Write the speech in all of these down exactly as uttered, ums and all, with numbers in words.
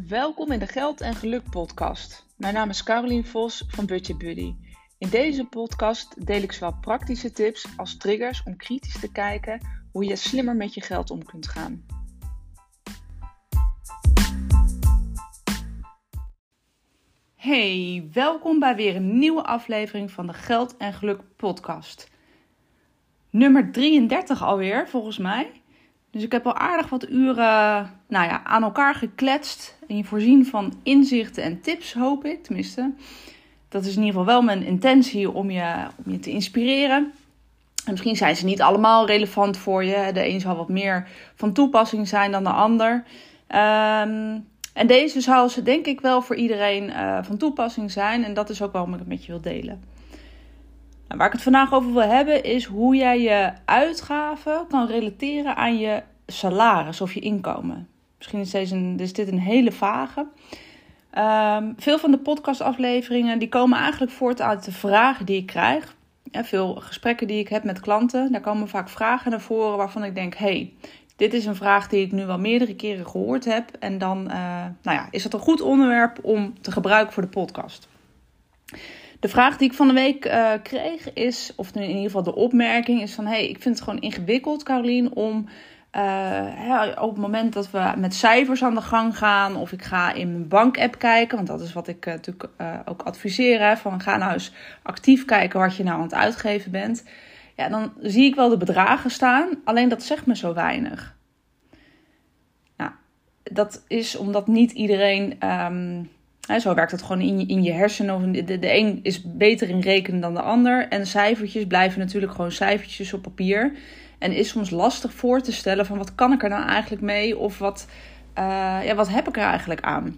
Welkom in de Geld en Geluk podcast. Mijn naam is Carolien Vos van Budget Buddy. In deze podcast deel ik zowel praktische tips als triggers om kritisch te kijken hoe je slimmer met je geld om kunt gaan. Hey, welkom bij weer een nieuwe aflevering van de Geld en Geluk podcast. Nummer drieëndertig alweer, volgens mij. Dus ik heb al aardig wat uren nou ja, aan elkaar gekletst en je voorzien van inzichten en tips, hoop ik. Tenminste, dat is in ieder geval wel mijn intentie om je, om je te inspireren. En misschien zijn ze niet allemaal relevant voor je. De een zal wat meer van toepassing zijn dan de ander. Um, en deze zal ze denk ik wel voor iedereen uh, van toepassing zijn. En dat is ook waarom ik het met je wil delen. Nou, waar ik het vandaag over wil hebben is hoe jij je uitgaven kan relateren aan je salaris of je inkomen. Misschien is, deze een, is dit een hele vage. Um, veel van de podcastafleveringen die komen eigenlijk voort uit de vragen die ik krijg. Ja, veel gesprekken die ik heb met klanten. Daar komen vaak vragen naar voren waarvan ik denk, hey, dit is een vraag die ik nu wel meerdere keren gehoord heb. En dan uh, nou ja, is het een goed onderwerp om te gebruiken voor de podcast. De vraag die ik van de week uh, kreeg is, of in ieder geval de opmerking, is van, hey, ik vind het gewoon ingewikkeld, Carolien, om uh, ja, op het moment dat we met cijfers aan de gang gaan, of ik ga in mijn bankapp kijken, want dat is wat ik uh, natuurlijk uh, ook adviseer, hè, van ga nou eens actief kijken wat je nou aan het uitgeven bent. Ja, dan zie ik wel de bedragen staan, alleen dat zegt me zo weinig. Nou, dat is omdat niet iedereen... Um, He, zo werkt het gewoon in je, in je hersenen. Of de, de, de een is beter in rekenen dan de ander. En cijfertjes blijven natuurlijk gewoon cijfertjes op papier. En is soms lastig voor te stellen van wat kan ik er nou eigenlijk mee? Of wat, uh, ja, wat heb ik er eigenlijk aan?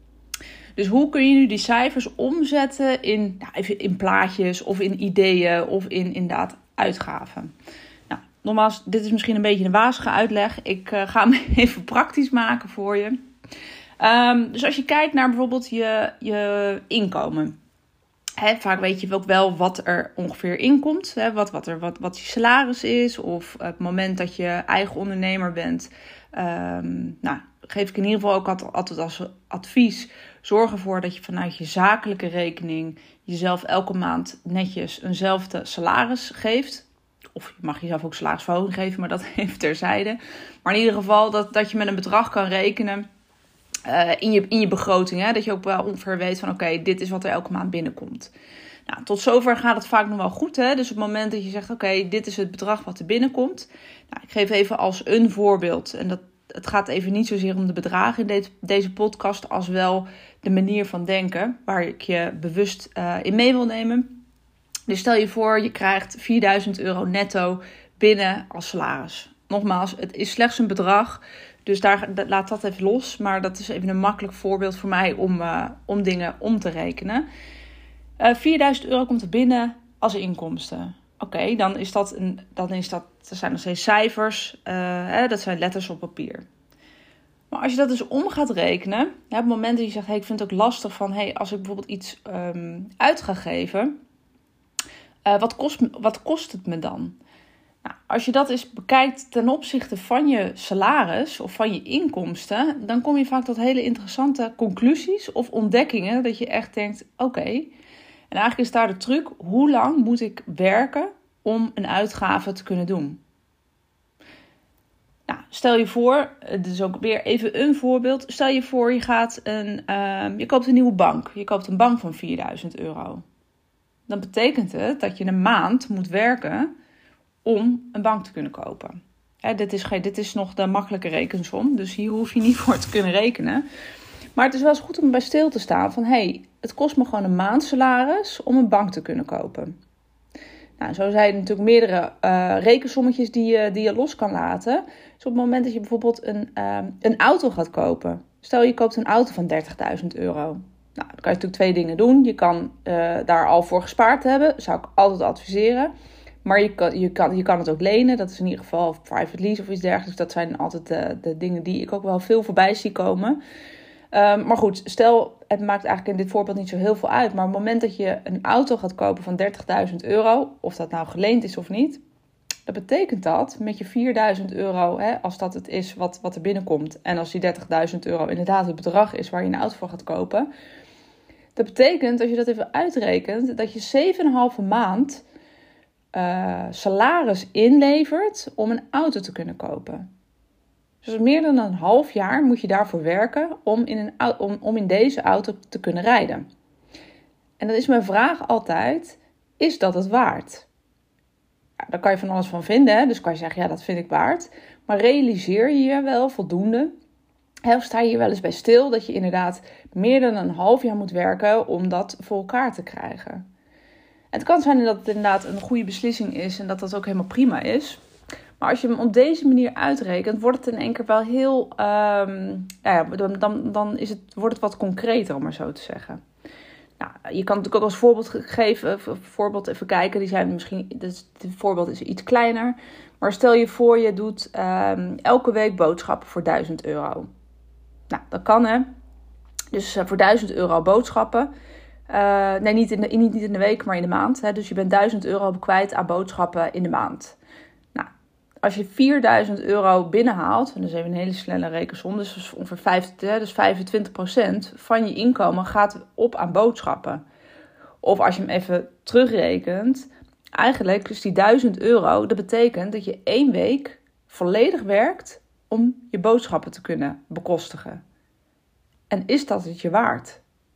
Dus hoe kun je nu die cijfers omzetten in, nou, even in plaatjes of in ideeën of in inderdaad uitgaven? Nou, nogmaals, dit is misschien een beetje een wazige uitleg. Ik uh, ga hem even praktisch maken voor je. Um, dus als je kijkt naar bijvoorbeeld je, je inkomen. Hè, vaak weet je ook wel wat er ongeveer inkomt. Hè, wat, wat, er, wat, wat je salaris is. Of het moment dat je eigen ondernemer bent. Um, nou, geef ik in ieder geval ook altijd, altijd als advies. Zorg ervoor dat je vanuit je zakelijke rekening jezelf elke maand netjes eenzelfde salaris geeft. Of je mag jezelf ook salarisverhoging geven, maar dat even terzijde. Maar in ieder geval dat, dat je met een bedrag kan rekenen. Uh, in, je, in je begroting, hè? Dat je ook wel ongeveer weet van oké, okay, dit is wat er elke maand binnenkomt. Nou, tot zover gaat het vaak nog wel goed. Hè? Dus op het moment dat je zegt oké, okay, dit is het bedrag wat er binnenkomt. Nou, ik geef even als een voorbeeld. En dat, het gaat even niet zozeer om de bedragen in de, deze podcast als wel de manier van denken waar ik je bewust uh, in mee wil nemen. Dus stel je voor, je krijgt vierduizend euro netto binnen als salaris. Nogmaals, het is slechts een bedrag. Dus daar, laat dat even los. Maar dat is even een makkelijk voorbeeld voor mij om, uh, om dingen om te rekenen. Uh, vierduizend euro komt er binnen als inkomsten. Oké, okay, dan is dat een, dan is dat, dat zijn nog steeds cijfers. Uh, hè, dat zijn letters op papier. Maar als je dat dus om gaat rekenen. Ja, op het moment dat je zegt, hey, ik vind het ook lastig van, hey, als ik bijvoorbeeld iets um, uit ga geven. Uh, wat, kost, wat kost het me dan? Nou, als je dat eens bekijkt ten opzichte van je salaris of van je inkomsten, dan kom je vaak tot hele interessante conclusies of ontdekkingen dat je echt denkt, oké. Okay. En eigenlijk is daar de truc, hoe lang moet ik werken om een uitgave te kunnen doen? Nou, stel je voor, dit is ook weer even een voorbeeld. Stel je voor, je, gaat een, uh, je koopt een nieuwe bank. Je koopt een bank van vierduizend euro. Dan betekent het dat je een maand moet werken om een bank te kunnen kopen. Hè, dit, is, dit is nog de makkelijke rekensom, dus hier hoef je niet voor te kunnen rekenen. Maar het is wel eens goed om bij stil te staan van, hey, het kost me gewoon een maandsalaris om een bank te kunnen kopen. Nou, zo zijn er natuurlijk meerdere uh, rekensommetjes die je, die je los kan laten. Dus op het moment dat je bijvoorbeeld een, uh, een auto gaat kopen. Stel je koopt een auto van dertigduizend euro. Nou, dan kan je natuurlijk twee dingen doen. Je kan uh, daar al voor gespaard hebben, zou ik altijd adviseren. Maar je kan, je, kan, je kan het ook lenen. Dat is in ieder geval private lease of iets dergelijks. Dat zijn altijd de, de dingen die ik ook wel veel voorbij zie komen. Um, maar goed, stel, het maakt eigenlijk in dit voorbeeld niet zo heel veel uit. Maar op het moment dat je een auto gaat kopen van dertigduizend euro, of dat nou geleend is of niet, Dat betekent dat met je vierduizend euro, hè, als dat het is wat, wat er binnenkomt. En als die dertigduizend euro inderdaad het bedrag is waar je een auto voor gaat kopen. Dat betekent, als je dat even uitrekent, dat je zeven komma vijf maand uh, salaris inlevert om een auto te kunnen kopen. Dus meer dan een half jaar moet je daarvoor werken om in, een, om, om in deze auto te kunnen rijden. En dan is mijn vraag altijd, is dat het waard? Ja, daar kan je van alles van vinden, hè? Dus kan je zeggen, ja, dat vind ik waard. Maar realiseer je je wel voldoende? Of sta je hier wel eens bij stil dat je inderdaad meer dan een half jaar moet werken om dat voor elkaar te krijgen? En het kan zijn dat het inderdaad een goede beslissing is en dat dat ook helemaal prima is. Maar als je hem op deze manier uitrekent, wordt het in één keer wel heel, um, ja, dan, dan, dan is het, wordt het wat concreter, om maar zo te zeggen. Nou, je kan natuurlijk ook als voorbeeld geven, voorbeeld even kijken, die zijn misschien, dus het voorbeeld is iets kleiner. Maar stel je voor, je doet um, elke week boodschappen voor duizend euro. Nou, dat kan hè. Dus uh, voor duizend euro boodschappen. Uh, nee, niet in, de, niet in de week, maar in de maand. Hè. Dus je bent duizend euro kwijt aan boodschappen in de maand. Nou, als je vierduizend euro binnenhaalt, en dat is even een hele snelle rekensom, dus ongeveer vijfentwintig, dus vijfentwintig procent van je inkomen gaat op aan boodschappen. Of als je hem even terugrekent, eigenlijk is die duizend euro, dat betekent dat je één week volledig werkt om je boodschappen te kunnen bekostigen. En is dat het je waard?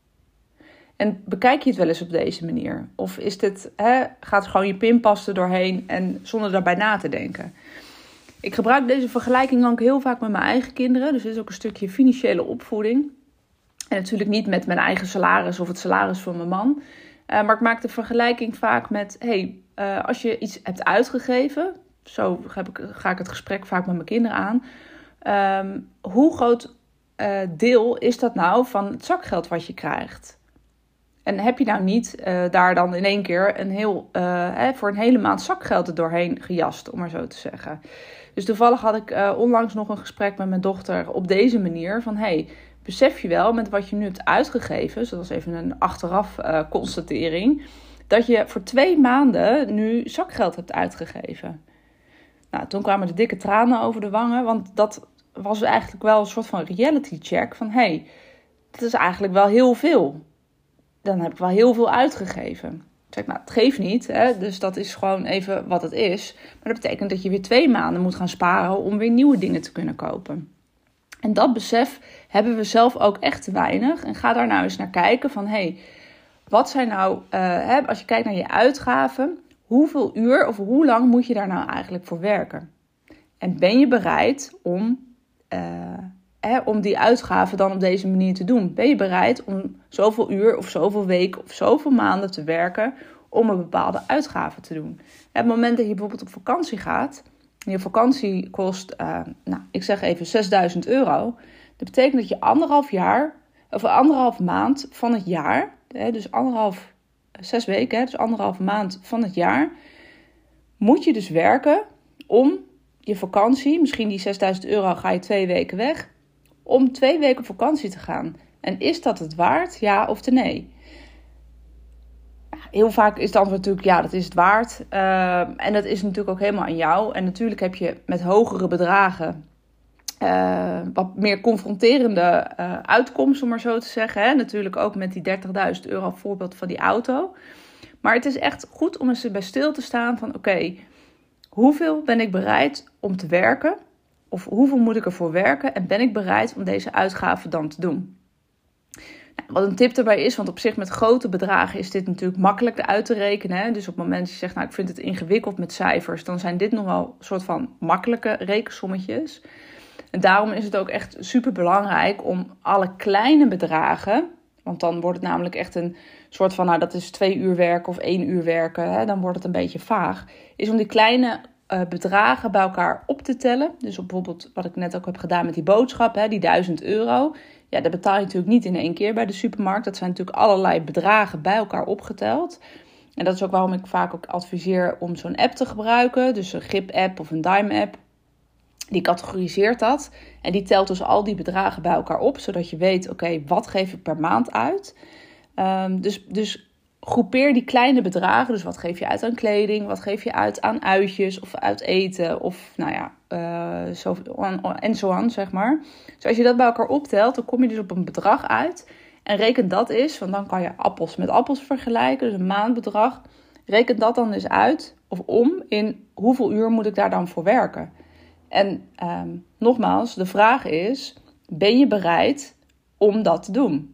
En bekijk je het wel eens op deze manier? Of is dit, hè, gaat gewoon je pinpas er doorheen en zonder daarbij na te denken? Ik gebruik deze vergelijking ook heel vaak met mijn eigen kinderen. Dus dit is ook een stukje financiële opvoeding. En natuurlijk niet met mijn eigen salaris of het salaris van mijn man. Uh, maar ik maak de vergelijking vaak met, hey, uh, als je iets hebt uitgegeven, zo heb ik, ga ik het gesprek vaak met mijn kinderen aan. Um, hoe groot uh, deel is dat nou van het zakgeld wat je krijgt? En heb je nou niet uh, daar dan in één keer een heel, uh, hè, voor een hele maand zakgeld er doorheen gejast, om maar zo te zeggen. Dus toevallig had ik uh, onlangs nog een gesprek met mijn dochter op deze manier van, hey, besef je wel met wat je nu hebt uitgegeven, dus dat was even een achteraf uh, constatering, dat je voor twee maanden nu zakgeld hebt uitgegeven. Nou, toen kwamen de dikke tranen over de wangen, want dat was eigenlijk wel een soort van reality check van, hey, dat is eigenlijk wel heel veel. Dan heb ik wel heel veel uitgegeven. Ik zeg, nou, het geeft niet, hè? Dus dat is gewoon even wat het is. Maar dat betekent dat je weer twee maanden moet gaan sparen om weer nieuwe dingen te kunnen kopen. En dat besef hebben we zelf ook echt te weinig. En ga daar nou eens naar kijken van, hé, hey, wat zijn nou, uh, hè, als je kijkt naar je uitgaven, hoeveel uur of hoe lang moet je daar nou eigenlijk voor werken? En ben je bereid om, uh, hè, om die uitgaven dan op deze manier te doen? Ben je bereid om zoveel uur of zoveel weken of zoveel maanden te werken om een bepaalde uitgave te doen? Op het moment dat je bijvoorbeeld op vakantie gaat, en je vakantie kost, uh, nou, ik zeg even zesduizend euro. Dat betekent dat je anderhalf jaar, of anderhalf maand van het jaar, hè, dus anderhalf, zes weken, hè, dus anderhalf maand van het jaar, moet je dus werken om je vakantie, misschien die zesduizend euro ga je twee weken weg, om twee weken op vakantie te gaan. En is dat het waard, ja of nee? Heel vaak is het antwoord natuurlijk, ja, dat is het waard. Uh, en dat is natuurlijk ook helemaal aan jou. En natuurlijk heb je met hogere bedragen uh, wat meer confronterende uh, uitkomsten, om maar zo te zeggen. Hè? Natuurlijk ook met die dertigduizend euro voorbeeld van die auto. Maar het is echt goed om eens bij stil te staan van, oké, okay, hoeveel ben ik bereid om te werken? Of hoeveel moet ik ervoor werken? En ben ik bereid om deze uitgaven dan te doen? Wat een tip daarbij is, want op zich met grote bedragen is dit natuurlijk makkelijk uit te rekenen. Hè? Dus op het moment dat je zegt, nou ik vind het ingewikkeld met cijfers, dan zijn dit nog wel een soort van makkelijke rekensommetjes. En daarom is het ook echt super belangrijk om alle kleine bedragen, want dan wordt het namelijk echt een soort van, nou dat is twee uur werken of één uur werken, hè? Dan wordt het een beetje vaag, is om die kleine uh, bedragen bij elkaar op te tellen. Dus op bijvoorbeeld wat ik net ook heb gedaan met die boodschap, hè, die duizend euro. Ja, dat betaal je natuurlijk niet in één keer bij de supermarkt. Dat zijn natuurlijk allerlei bedragen bij elkaar opgeteld. En dat is ook waarom ik vaak ook adviseer om zo'n app te gebruiken. Dus een Grip-app of een Dime-app. Die categoriseert dat. En die telt dus al die bedragen bij elkaar op. Zodat je weet, oké, okay, wat geef ik per maand uit? Um, dus, dus groepeer die kleine bedragen. Dus wat geef je uit aan kleding, wat geef je uit aan uitjes of uit eten of nou ja, uh, zo, en zo aan, zeg maar. Dus als je dat bij elkaar optelt, dan kom je dus op een bedrag uit. En reken dat eens, want dan kan je appels met appels vergelijken, dus een maandbedrag. Reken dat dan eens uit of om in hoeveel uur moet ik daar dan voor werken. En um, nogmaals, de vraag is, ben je bereid om dat te doen?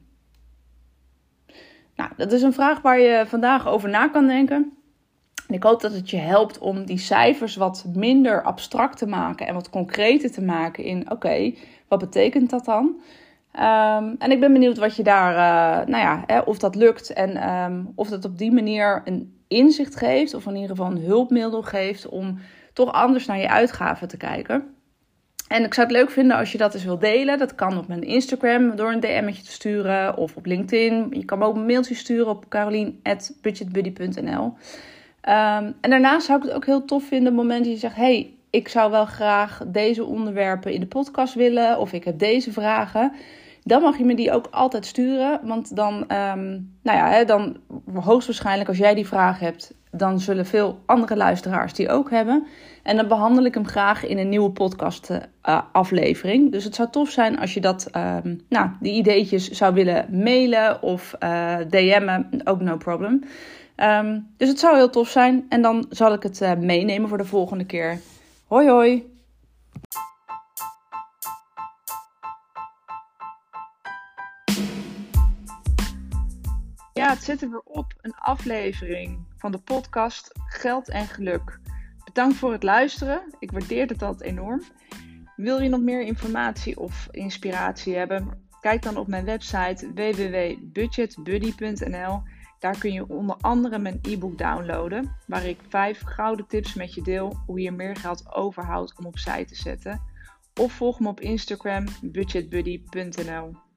Nou, dat is een vraag waar je vandaag over na kan denken. En ik hoop dat het je helpt om die cijfers wat minder abstract te maken en wat concreter te maken in, oké, okay, wat betekent dat dan? Um, en ik ben benieuwd wat je daar, uh, nou ja, hè, of dat lukt en um, of dat op die manier een inzicht geeft of in ieder geval een hulpmiddel geeft om toch anders naar je uitgaven te kijken. En ik zou het leuk vinden als je dat eens wilt delen. Dat kan op mijn Instagram door een D M'tje te sturen of op LinkedIn. Je kan me ook een mailtje sturen op carolien at budgetbuddy punt n l. Um, en daarnaast zou ik het ook heel tof vinden op het moment dat je zegt, hey, ik zou wel graag deze onderwerpen in de podcast willen of ik heb deze vragen. Dan mag je me die ook altijd sturen, want dan, um, nou ja, hè, dan hoogstwaarschijnlijk als jij die vraag hebt, dan zullen veel andere luisteraars die ook hebben. En dan behandel ik hem graag in een nieuwe podcast uh, aflevering. Dus het zou tof zijn als je dat, um, nou, die ideetjes zou willen mailen of uh, D M'en, ook no problem. Um, dus het zou heel tof zijn en dan zal ik het uh, meenemen voor de volgende keer. Hoi hoi! Ja, het zit er weer op, een aflevering van de podcast Geld en Geluk. Bedankt voor het luisteren, ik waardeer het altijd enorm. Wil je nog meer informatie of inspiratie hebben? Kijk dan op mijn website w w w punt budget buddy punt n l. Daar kun je onder andere mijn e-book downloaden, waar ik vijf gouden tips met je deel hoe je meer geld overhoudt om opzij te zetten. Of volg me op Instagram budget buddy punt n l.